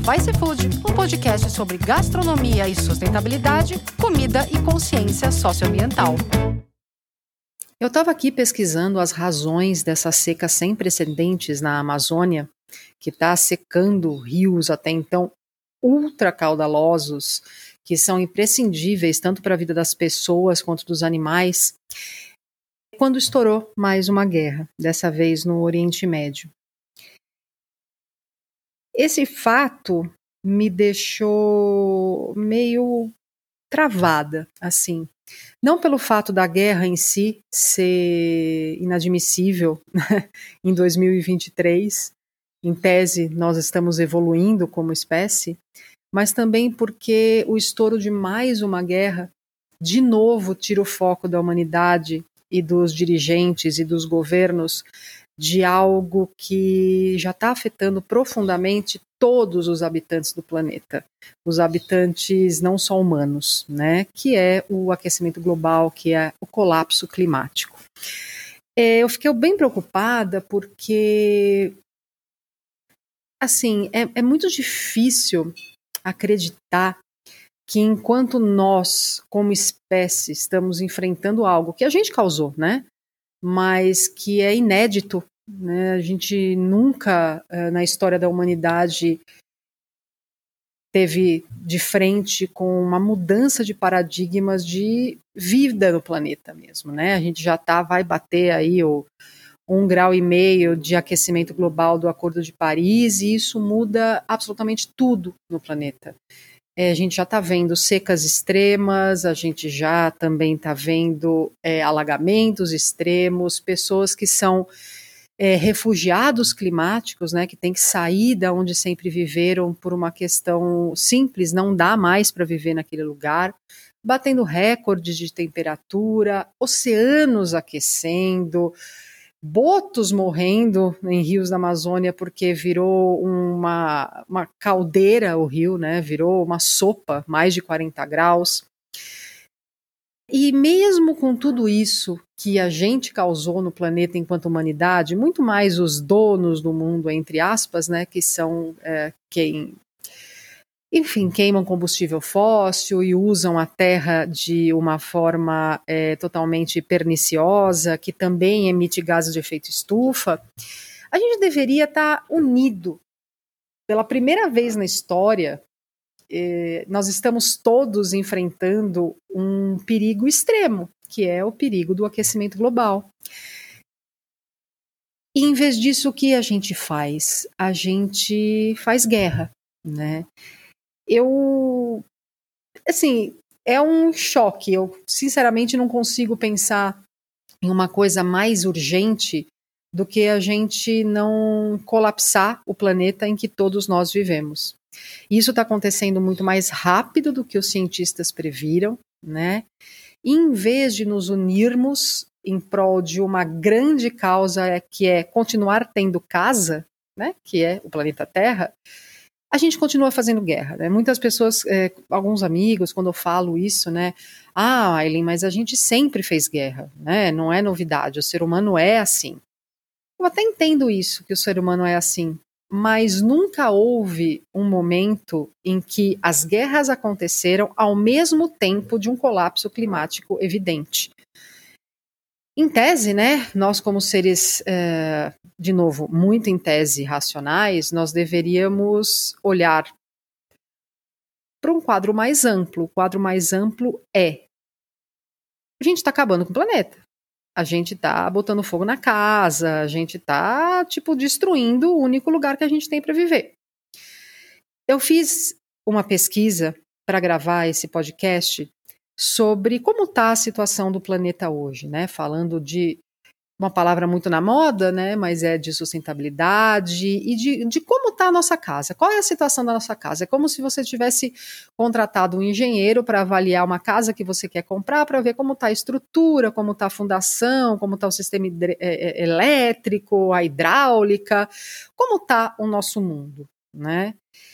Vice Food, um podcast sobre gastronomia e sustentabilidade, comida e consciência socioambiental. Eu estava aqui pesquisando as razões dessa seca sem precedentes na Amazônia, que está secando rios até então ultra caudalosos, que são imprescindíveis tanto para a vida das pessoas quanto dos animais, quando estourou mais uma guerra, dessa vez no Oriente Médio. Esse fato me deixou meio travada, assim. Não pelo fato da guerra em si ser inadmissível em 2023, em tese nós estamos evoluindo como espécie, mas também porque o estouro de mais uma guerra, de novo, tira o foco da humanidade e dos dirigentes e dos governos de algo que já está afetando profundamente todos os habitantes do planeta, os habitantes não só humanos, né, que é o aquecimento global, que é o colapso climático. Eu fiquei bem preocupada porque, assim, é muito difícil acreditar que enquanto nós, como espécie, estamos enfrentando algo que a gente causou, né, mas que é inédito, né? A gente nunca, na história da humanidade, teve de frente com uma mudança de paradigmas de vida no planeta mesmo, né? A gente já vai bater aí o 1,5 grau de aquecimento global do Acordo de Paris, e isso muda absolutamente tudo no planeta. A gente já está vendo secas extremas, a gente já também está vendo alagamentos extremos, pessoas que são refugiados climáticos, né, que têm que sair da onde sempre viveram por uma questão simples, não dá mais para viver naquele lugar, batendo recordes de temperatura, oceanos aquecendo, botos morrendo em rios da Amazônia porque virou uma caldeira o rio, né? Virou uma sopa, mais de 40 graus. E mesmo com tudo isso que a gente causou no planeta enquanto humanidade, muito mais os donos do mundo, entre aspas, né? Que são quem... Enfim, queimam combustível fóssil e usam a terra de uma forma totalmente perniciosa, que também emite gases de efeito estufa. A gente deveria estar unido. Pela primeira vez na história, nós estamos todos enfrentando um perigo extremo, que é o perigo do aquecimento global. E em vez disso, o que a gente faz? A gente faz guerra, né? Assim, é um choque. Eu, sinceramente, não consigo pensar em uma coisa mais urgente do que a gente não colapsar o planeta em que todos nós vivemos. Isso está acontecendo muito mais rápido do que os cientistas previram, né? E em vez de nos unirmos em prol de uma grande causa que é continuar tendo casa, né? Que é o planeta Terra, a gente continua fazendo guerra, né? Muitas pessoas, alguns amigos, quando eu falo isso, né? Ah, Aileen, mas a gente sempre fez guerra, né? Não é novidade, o ser humano é assim. Eu até entendo isso, que o ser humano é assim, mas nunca houve um momento em que as guerras aconteceram ao mesmo tempo de um colapso climático evidente. Em tese, né, nós como seres, de novo, muito em tese racionais, nós deveríamos olhar para um quadro mais amplo. O quadro mais amplo é: a gente está acabando com o planeta. A gente está botando fogo na casa, a gente está, destruindo o único lugar que a gente tem para viver. Eu fiz uma pesquisa para gravar esse podcast sobre como está a situação do planeta hoje, né? Falando de uma palavra muito na moda, né? Mas é de sustentabilidade e de como está a nossa casa. Qual é a situação da nossa casa? É como se você tivesse contratado um engenheiro para avaliar uma casa que você quer comprar, para ver como está a estrutura, como está a fundação, como está o sistema elétrico, a hidráulica, como está o nosso mundo, né?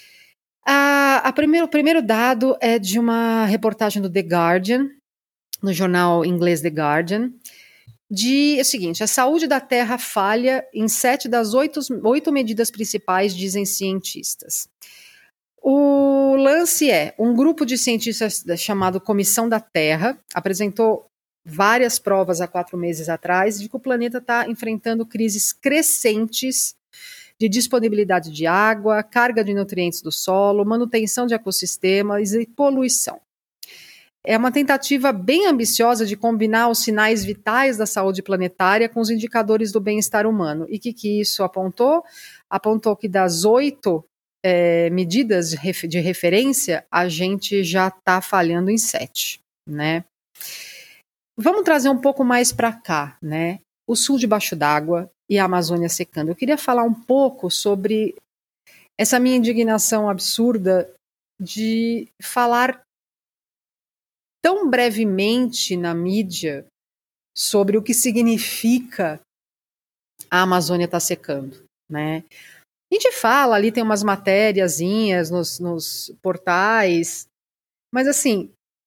O primeiro dado é de uma reportagem do The Guardian, no jornal inglês The Guardian, é o seguinte: a saúde da Terra falha em 7 das 8 medidas principais, dizem cientistas. O lance é, um grupo de cientistas chamado Comissão da Terra apresentou várias provas há 4 meses atrás de que o planeta está enfrentando crises crescentes de disponibilidade de água, carga de nutrientes do solo, manutenção de ecossistemas e poluição. É uma tentativa bem ambiciosa de combinar os sinais vitais da saúde planetária com os indicadores do bem-estar humano. E o que isso apontou? Apontou que das 8 medidas de referência, a gente já está falhando em 7, né? Vamos trazer um pouco mais para cá, né? O sul debaixo d'água e a Amazônia secando. Eu queria falar um pouco sobre essa minha indignação absurda de falar tão brevemente na mídia sobre o que significa a Amazônia estar secando, né? A gente fala, ali tem umas matériazinhas nos portais, mas assim,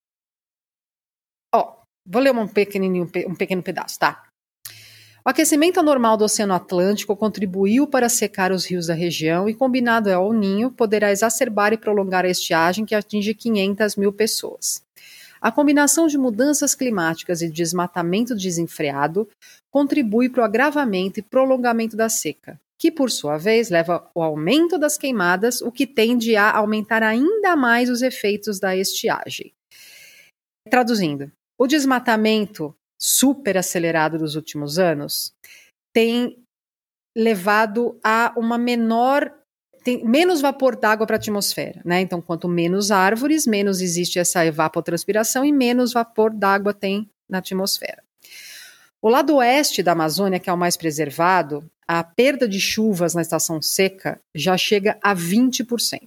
vou ler um pequeno pedaço, tá? O aquecimento anormal do Oceano Atlântico contribuiu para secar os rios da região e, combinado ao Ninho, poderá exacerbar e prolongar a estiagem que atinge 500 mil pessoas. A combinação de mudanças climáticas e desmatamento desenfreado contribui para o agravamento e prolongamento da seca, que, por sua vez, leva ao aumento das queimadas, o que tende a aumentar ainda mais os efeitos da estiagem. Traduzindo, o desmatamento super acelerado dos últimos anos tem levado a tem menos vapor d'água para a atmosfera, né? Então, quanto menos árvores, menos existe essa evapotranspiração e menos vapor d'água tem na atmosfera. O lado oeste da Amazônia, que é o mais preservado, a perda de chuvas na estação seca já chega a 20%.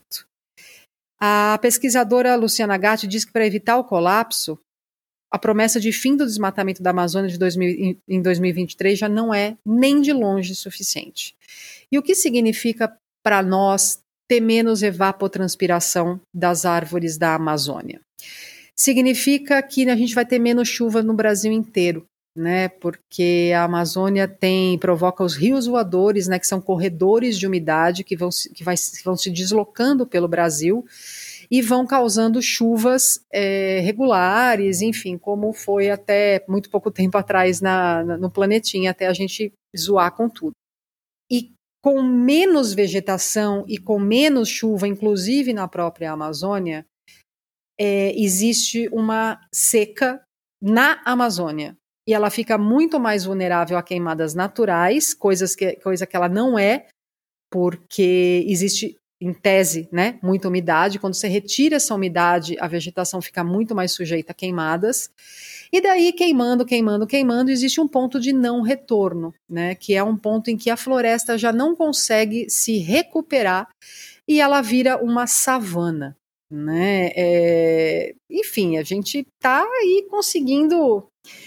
A pesquisadora Luciana Gatti diz que para evitar o colapso, a promessa de fim do desmatamento da Amazônia em 2023 já não é nem de longe suficiente. E o que significa para nós ter menos evapotranspiração das árvores da Amazônia? Significa que a gente vai ter menos chuva no Brasil inteiro, né? Porque a Amazônia provoca os rios voadores, né? Que são corredores de umidade que vão se deslocando pelo Brasil e vão causando chuvas regulares, enfim, como foi até muito pouco tempo atrás no planetinha, até a gente zoar com tudo. E com menos vegetação e com menos chuva, inclusive na própria Amazônia, existe uma seca na Amazônia. E ela fica muito mais vulnerável a queimadas naturais, coisa que ela não é, porque existe, em tese, né, muita umidade. Quando você retira essa umidade, a vegetação fica muito mais sujeita a queimadas. E daí, queimando, existe um ponto de não retorno, né, que é um ponto em que a floresta já não consegue se recuperar e ela vira uma savana, né? Enfim, a gente está aí conseguindo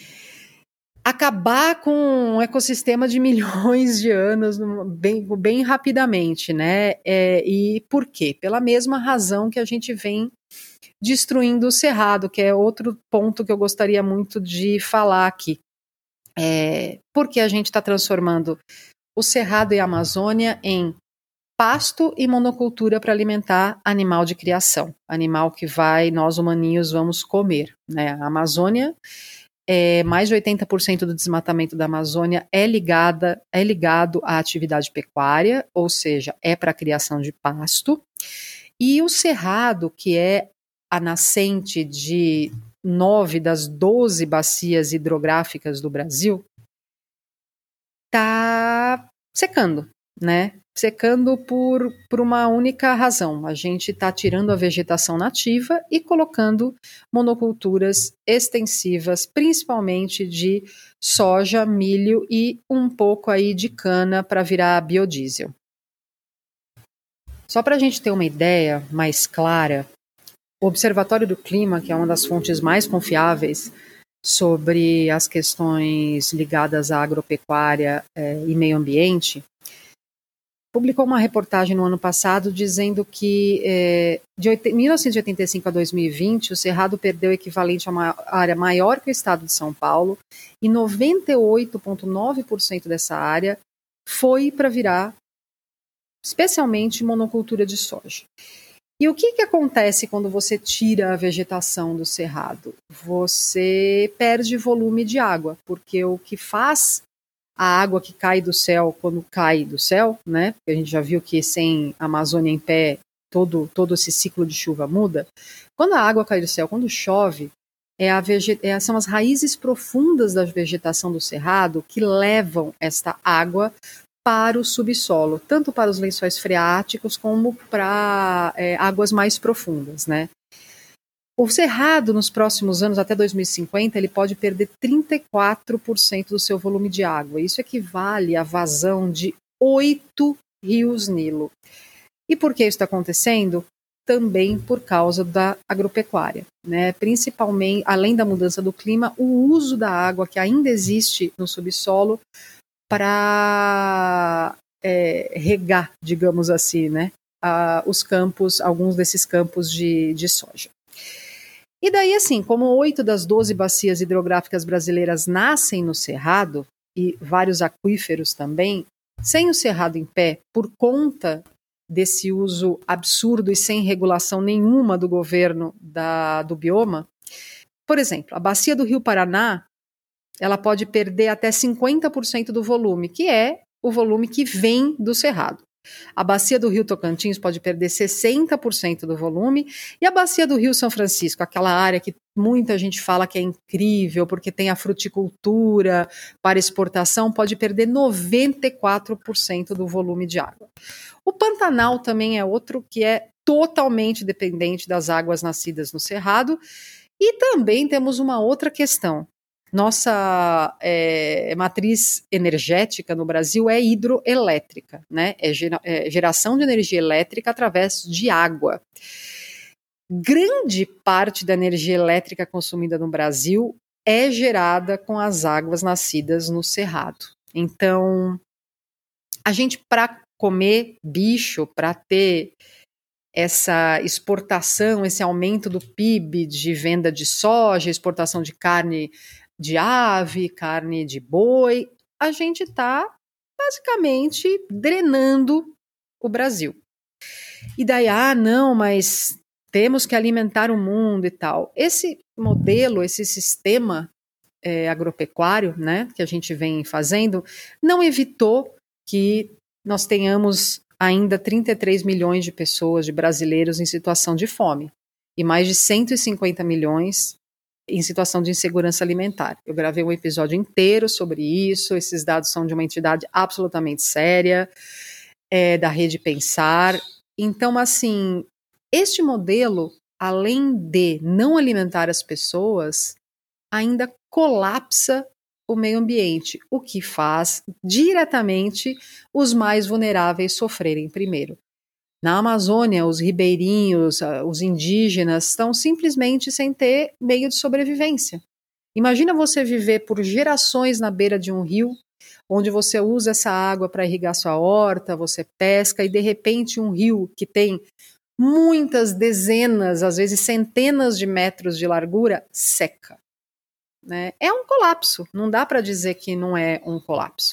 acabar com um ecossistema de milhões de anos bem rapidamente, né? E por quê? Pela mesma razão que a gente vem destruindo o cerrado, que é outro ponto que eu gostaria muito de falar aqui. Porque a gente está transformando o cerrado e a Amazônia em pasto e monocultura para alimentar animal de criação, animal que nós humaninhos vamos comer, né? A Amazônia, mais de 80% do desmatamento da Amazônia é ligado à atividade pecuária, ou seja, é para a criação de pasto. E o cerrado, que é a nascente de 9 das 12 bacias hidrográficas do Brasil, está secando, né? Secando por uma única razão. A gente está tirando a vegetação nativa e colocando monoculturas extensivas, principalmente de soja, milho e um pouco aí de cana para virar biodiesel. Só para a gente ter uma ideia mais clara, o Observatório do Clima, que é uma das fontes mais confiáveis sobre as questões ligadas à agropecuária e meio ambiente, publicou uma reportagem no ano passado dizendo que de 1985 a 2020 o Cerrado perdeu o equivalente a uma área maior que o estado de São Paulo e 98,9% dessa área foi para virar especialmente monocultura de soja. E o que acontece quando você tira a vegetação do cerrado? Você perde volume de água, porque o que faz a água que cai do céu, quando cai do céu, né? Porque a gente já viu que sem a Amazônia em pé, todo esse ciclo de chuva muda. Quando a água cai do céu, quando chove, são as raízes profundas da vegetação do cerrado que levam esta água para o subsolo, tanto para os lençóis freáticos como para águas mais profundas, né? O cerrado, nos próximos anos, até 2050, ele pode perder 34% do seu volume de água. Isso equivale à vazão de 8 rios Nilo. E por que isso está acontecendo? Também por causa da agropecuária, né? Principalmente, além da mudança do clima, o uso da água que ainda existe no subsolo para regar, digamos assim, né? Os campos, alguns desses campos de soja. E daí, assim, como 8 das 12 bacias hidrográficas brasileiras nascem no Cerrado, e vários aquíferos também, sem o Cerrado em pé, por conta desse uso absurdo e sem regulação nenhuma do governo do bioma, por exemplo, a bacia do Rio Paraná, ela pode perder até 50% do volume, que é o volume que vem do Cerrado. A bacia do Rio Tocantins pode perder 60% do volume, e a bacia do Rio São Francisco, aquela área que muita gente fala que é incrível porque tem a fruticultura para exportação, pode perder 94% do volume de água. O Pantanal também é outro que é totalmente dependente das águas nascidas no Cerrado, e também temos uma outra questão. Nossa matriz energética no Brasil é hidroelétrica, né? É geração de energia elétrica através de água. Grande parte da energia elétrica consumida no Brasil é gerada com as águas nascidas no Cerrado. Então, a gente, para comer bicho, para ter essa exportação, esse aumento do PIB de venda de soja, exportação de carne de ave, carne de boi, a gente está basicamente drenando o Brasil. E daí, não, mas temos que alimentar o mundo e tal. Esse modelo, esse sistema agropecuário, né, que a gente vem fazendo, não evitou que nós tenhamos ainda 33 milhões de pessoas, de brasileiros em situação de fome, e mais de 150 milhões em situação de insegurança alimentar. Eu gravei um episódio inteiro sobre isso, esses dados são de uma entidade absolutamente séria, da Rede Pensar. Então, assim, este modelo, além de não alimentar as pessoas, ainda colapsa o meio ambiente, o que faz diretamente os mais vulneráveis sofrerem primeiro. Na Amazônia, os ribeirinhos, os indígenas estão simplesmente sem ter meio de sobrevivência. Imagina você viver por gerações na beira de um rio, onde você usa essa água para irrigar sua horta, você pesca, e de repente um rio que tem muitas dezenas, às vezes centenas de metros de largura, seca. Né? É um colapso, não dá para dizer que não é um colapso.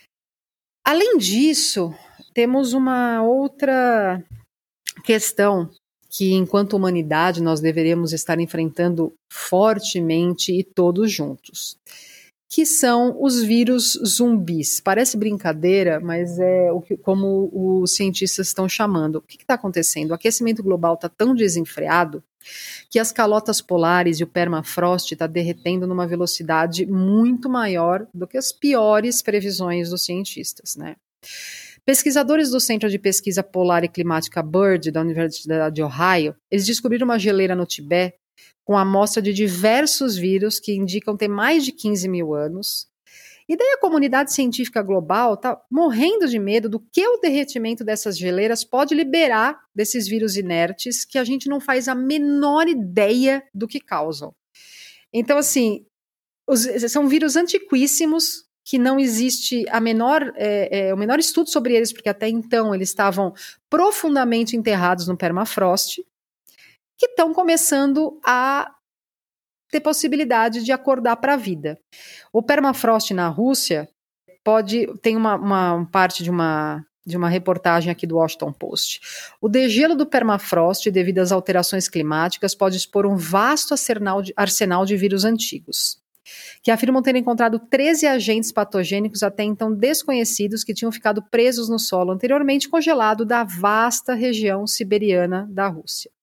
Além disso, temos uma outra questão que, enquanto humanidade, nós deveríamos estar enfrentando fortemente e todos juntos, que são os vírus zumbis. Parece brincadeira, mas é como os cientistas estão chamando. O que está acontecendo? O aquecimento global está tão desenfreado que as calotas polares e o permafrost está derretendo numa velocidade muito maior do que as piores previsões dos cientistas, né? Pesquisadores do Centro de Pesquisa Polar e Climática BIRD, da Universidade de Ohio, eles descobriram uma geleira no Tibete com amostra de diversos vírus que indicam ter mais de 15 mil anos. E daí a comunidade científica global está morrendo de medo do que o derretimento dessas geleiras pode liberar desses vírus inertes que a gente não faz a menor ideia do que causam. Então, assim, são vírus antiquíssimos que não existe o menor estudo sobre eles, porque até então eles estavam profundamente enterrados no permafrost, que estão começando a ter possibilidade de acordar para a vida. O permafrost na Rússia tem uma parte de uma de uma reportagem aqui do Washington Post. O degelo do permafrost, devido às alterações climáticas, pode expor um vasto arsenal de vírus antigos, que afirmam ter encontrado 13 agentes patogênicos até então desconhecidos que tinham ficado presos no solo anteriormente congelado da vasta região siberiana da Rússia.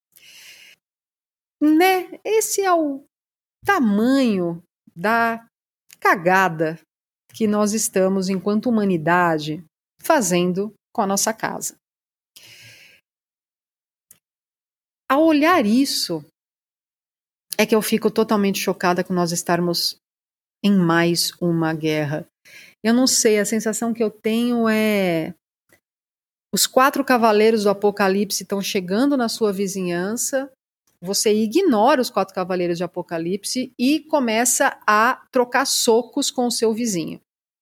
Né? Esse é o tamanho da cagada que nós estamos, enquanto humanidade, fazendo com a nossa casa. Ao olhar isso, é que eu fico totalmente chocada com nós estarmos em mais uma guerra. Eu não sei, a sensação que eu tenho é: os 4 cavaleiros do Apocalipse estão chegando na sua vizinhança, você ignora os 4 cavaleiros de Apocalipse e começa a trocar socos com o seu vizinho.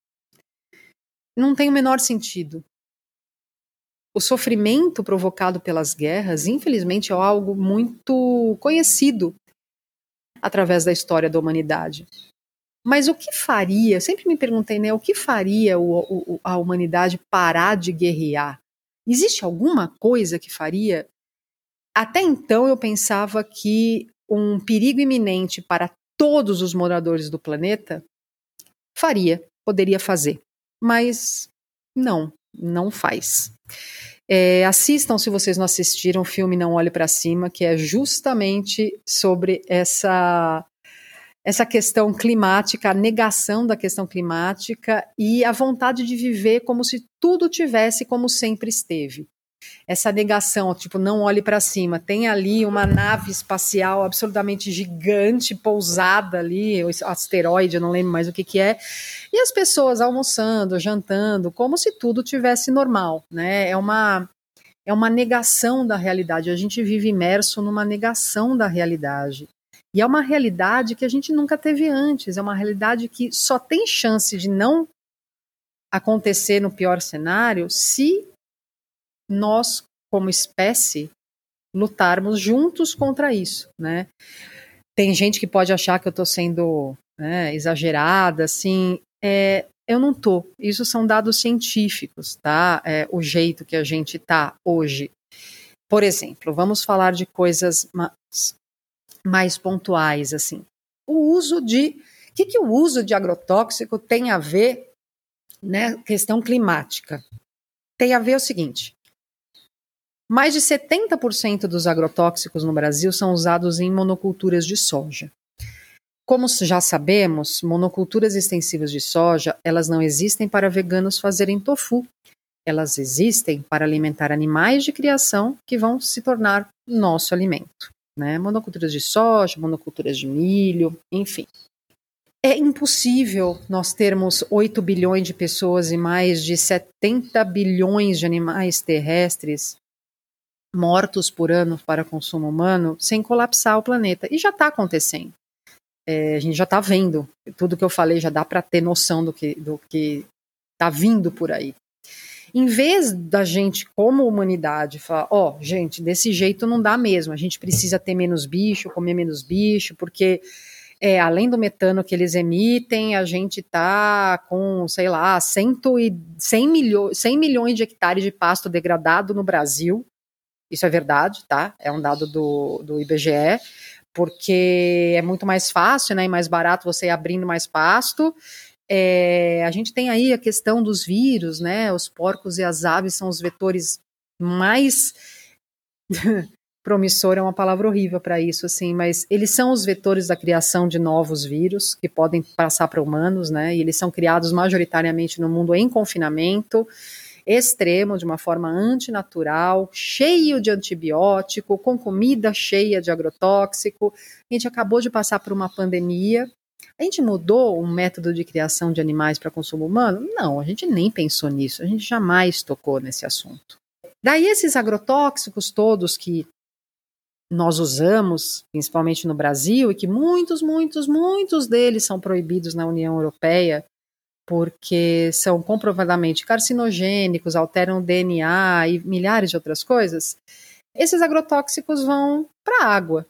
Não tem o menor sentido. O sofrimento provocado pelas guerras, infelizmente, é algo muito conhecido através da história da humanidade. Mas o que faria, eu sempre me perguntei, né, o que faria a humanidade parar de guerrear? Existe alguma coisa que faria? Até então eu pensava que um perigo iminente para todos os moradores do planeta poderia fazer. Mas não faz. Assistam, se vocês não assistiram, o filme Não Olhe para Cima, que é justamente sobre essa questão climática, a negação da questão climática e a vontade de viver como se tudo tivesse como sempre esteve. Essa negação, tipo, não olhe para cima. Tem ali uma nave espacial absolutamente gigante, pousada ali, o asteroide, eu não lembro mais o que é, e as pessoas almoçando, jantando, como se tudo tivesse normal, né? É uma negação da realidade. A gente vive imerso numa negação da realidade. E é uma realidade que a gente nunca teve antes. É uma realidade que só tem chance de não acontecer no pior cenário se nós, como espécie, lutarmos juntos contra isso, né? Tem gente que pode achar que eu estou sendo, né, exagerada, assim. Eu não estou. Isso são dados científicos, tá? O jeito que a gente está hoje. Por exemplo, vamos falar de coisas mais pontuais, assim. O que o uso de agrotóxico tem a ver, né, questão climática? Tem a ver o seguinte: mais de 70% dos agrotóxicos no Brasil são usados em monoculturas de soja. Como já sabemos, monoculturas extensivas de soja, elas não existem para veganos fazerem tofu. Elas existem para alimentar animais de criação que vão se tornar nosso alimento, né? Monoculturas de soja, monoculturas de milho, enfim. É impossível nós termos 8 bilhões de pessoas e mais de 70 bilhões de animais terrestres mortos por ano para consumo humano sem colapsar o planeta. E já está acontecendo. A gente já está vendo. Tudo que eu falei já dá para ter noção do que está vindo por aí. Em vez da gente, como humanidade, falar, gente, desse jeito não dá mesmo, a gente precisa ter menos bicho, comer menos bicho, porque além do metano que eles emitem, a gente está com, sei lá, 100 milhões de hectares de pasto degradado no Brasil. Isso é verdade, tá? É um dado do IBGE, porque é muito mais fácil, né, e mais barato você ir abrindo mais pasto. A gente tem aí a questão dos vírus, né? Os porcos e as aves são os vetores mais promissor é uma palavra horrível para isso, assim, mas eles são os vetores da criação de novos vírus que podem passar para humanos, né? E eles são criados majoritariamente no mundo em confinamento extremo, de uma forma antinatural, cheio de antibiótico, com comida cheia de agrotóxico. A gente acabou de passar por uma pandemia. A gente mudou um método de criação de animais para consumo humano? Não, a gente nem pensou nisso, a gente jamais tocou nesse assunto. Daí esses agrotóxicos todos que nós usamos, principalmente no Brasil, e que muitos deles são proibidos na União Europeia, porque são comprovadamente carcinogênicos, alteram o DNA e milhares de outras coisas, esses agrotóxicos vão para a água.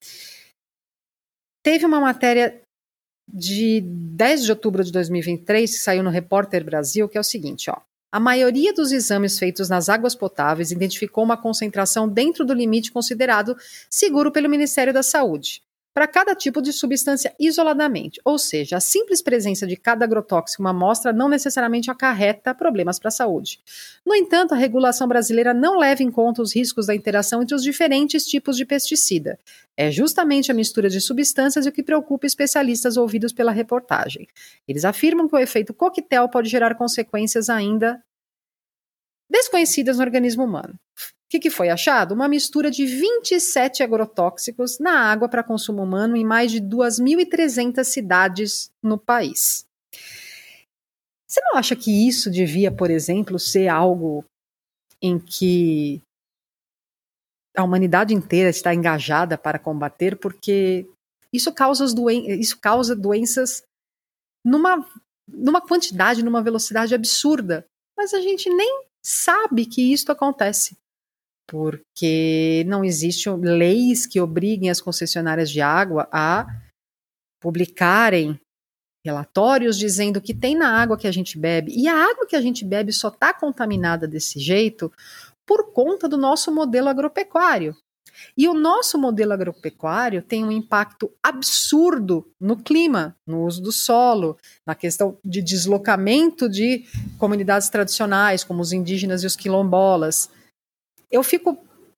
Teve uma matéria de 10 de outubro de 2023 que saiu no Repórter Brasil, que é o seguinte, A maioria dos exames feitos nas águas potáveis identificou uma concentração dentro do limite considerado seguro pelo Ministério da Saúde, para cada tipo de substância isoladamente, ou seja, a simples presença de cada agrotóxico em uma amostra não necessariamente acarreta problemas para a saúde. No entanto, a regulação brasileira não leva em conta os riscos da interação entre os diferentes tipos de pesticida. É justamente a mistura de substâncias o que preocupa especialistas ouvidos pela reportagem. Eles afirmam que o efeito coquetel pode gerar consequências ainda desconhecidas no organismo humano. O que foi achado? Uma mistura de 27 agrotóxicos na água para consumo humano em mais de 2.300 cidades no país. Você não acha que isso devia, por exemplo, ser algo em que a humanidade inteira está engajada para combater? Porque isso causa doenças numa quantidade, numa velocidade absurda. Mas a gente nem sabe que isso acontece. Porque não existem leis que obriguem as concessionárias de água a publicarem relatórios dizendo que tem na água que a gente bebe. E a água que a gente bebe só está contaminada desse jeito por conta do nosso modelo agropecuário. E o nosso modelo agropecuário tem um impacto absurdo no clima, no uso do solo, na questão de deslocamento de comunidades tradicionais, como os indígenas e os quilombolas. Eu fico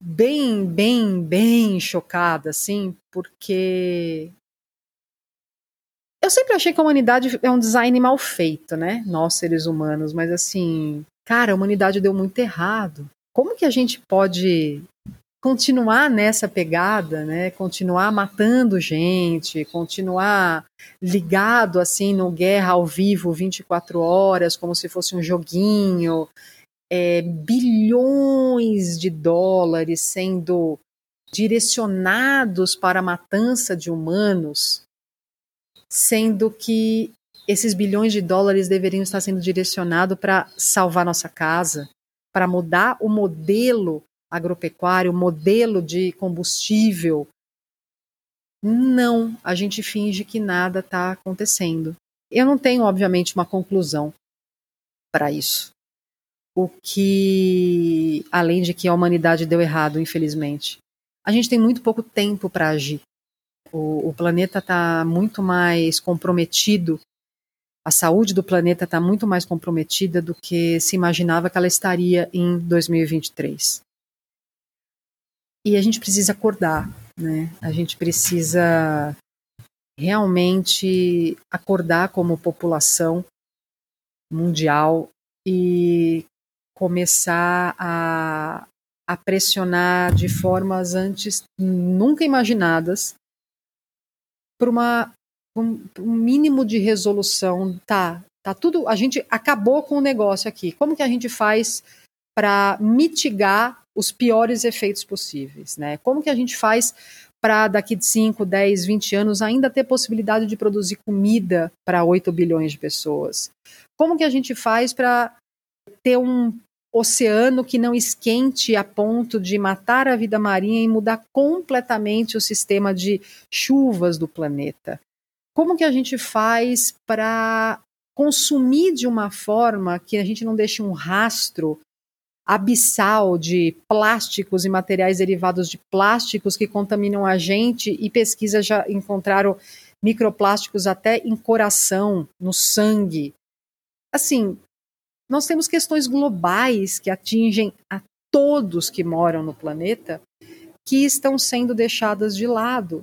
bem chocada, assim, porque eu sempre achei que a humanidade é um design mal feito, né? Nós, seres humanos, mas assim, cara, a humanidade deu muito errado. Como que a gente pode continuar nessa pegada, né? Continuar matando gente, continuar ligado, assim, no guerra ao vivo 24 horas, como se fosse um joguinho, bilhões de dólares sendo direcionados para a matança de humanos, sendo que esses bilhões de dólares deveriam estar sendo direcionados para salvar nossa casa, para mudar o modelo agropecuário, o modelo de combustível. Não, a gente finge que nada está acontecendo. Eu não tenho, obviamente, uma conclusão para isso. O que, além de que a humanidade deu errado, infelizmente. A gente tem muito pouco tempo para agir. O planeta está muito mais comprometido, a saúde do planeta está muito mais comprometida do que se imaginava que ela estaria em 2023. E a gente precisa acordar, né? A gente precisa realmente acordar como população mundial e começar a pressionar de formas antes nunca imaginadas por um mínimo de resolução. Tá tudo, a gente acabou com o negócio aqui. Como que a gente faz para mitigar os piores efeitos possíveis, né? Como que a gente faz para daqui de 5, 10, 20 anos ainda ter possibilidade de produzir comida para 8 bilhões de pessoas? Como que a gente faz para ter um oceano que não esquente a ponto de matar a vida marinha e mudar completamente o sistema de chuvas do planeta? Como que a gente faz para consumir de uma forma que a gente não deixe um rastro abissal de plásticos e materiais derivados de plásticos que contaminam a gente, e pesquisas já encontraram microplásticos até em coração, no sangue. Assim, nós temos questões globais que atingem a todos que moram no planeta, que estão sendo deixadas de lado.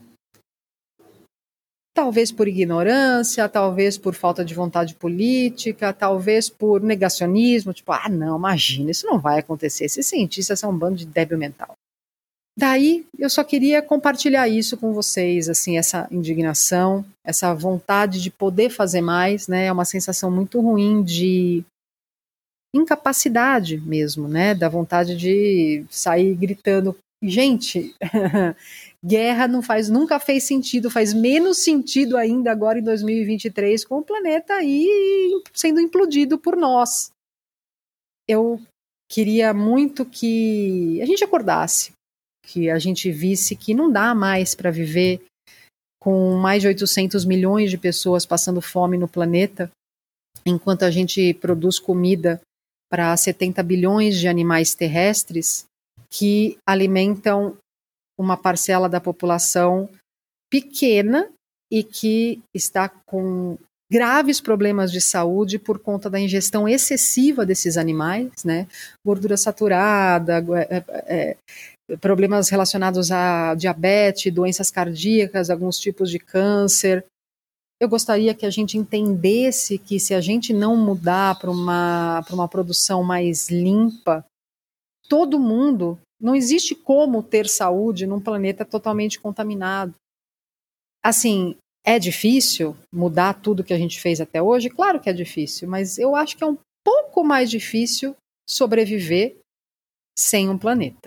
Talvez por ignorância, talvez por falta de vontade política, talvez por negacionismo, tipo, não, imagina, isso não vai acontecer, esses cientistas são um bando de débil mental. Daí, eu só queria compartilhar isso com vocês, assim, essa indignação, essa vontade de poder fazer mais, né, é uma sensação muito ruim de incapacidade mesmo, né, da vontade de sair gritando, gente, guerra nunca fez sentido, faz menos sentido ainda agora em 2023, com o planeta aí sendo implodido por nós. Eu queria muito que a gente acordasse, que a gente visse que não dá mais para viver com mais de 800 milhões de pessoas passando fome no planeta, enquanto a gente produz comida para 70 bilhões de animais terrestres que alimentam uma parcela da população pequena e que está com graves problemas de saúde por conta da ingestão excessiva desses animais, né? Gordura saturada, problemas relacionados a diabetes, doenças cardíacas, alguns tipos de câncer. Eu gostaria que a gente entendesse que se a gente não mudar para uma produção mais limpa, todo mundo, não existe como ter saúde num planeta totalmente contaminado. Assim, é difícil mudar tudo que a gente fez até hoje? Claro que é difícil, mas eu acho que é um pouco mais difícil sobreviver sem um planeta.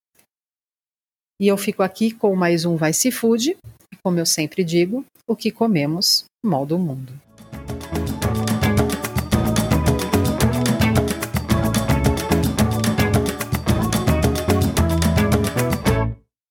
E eu fico aqui com mais um Vai Se Food, como eu sempre digo, o que comemos molda o mundo.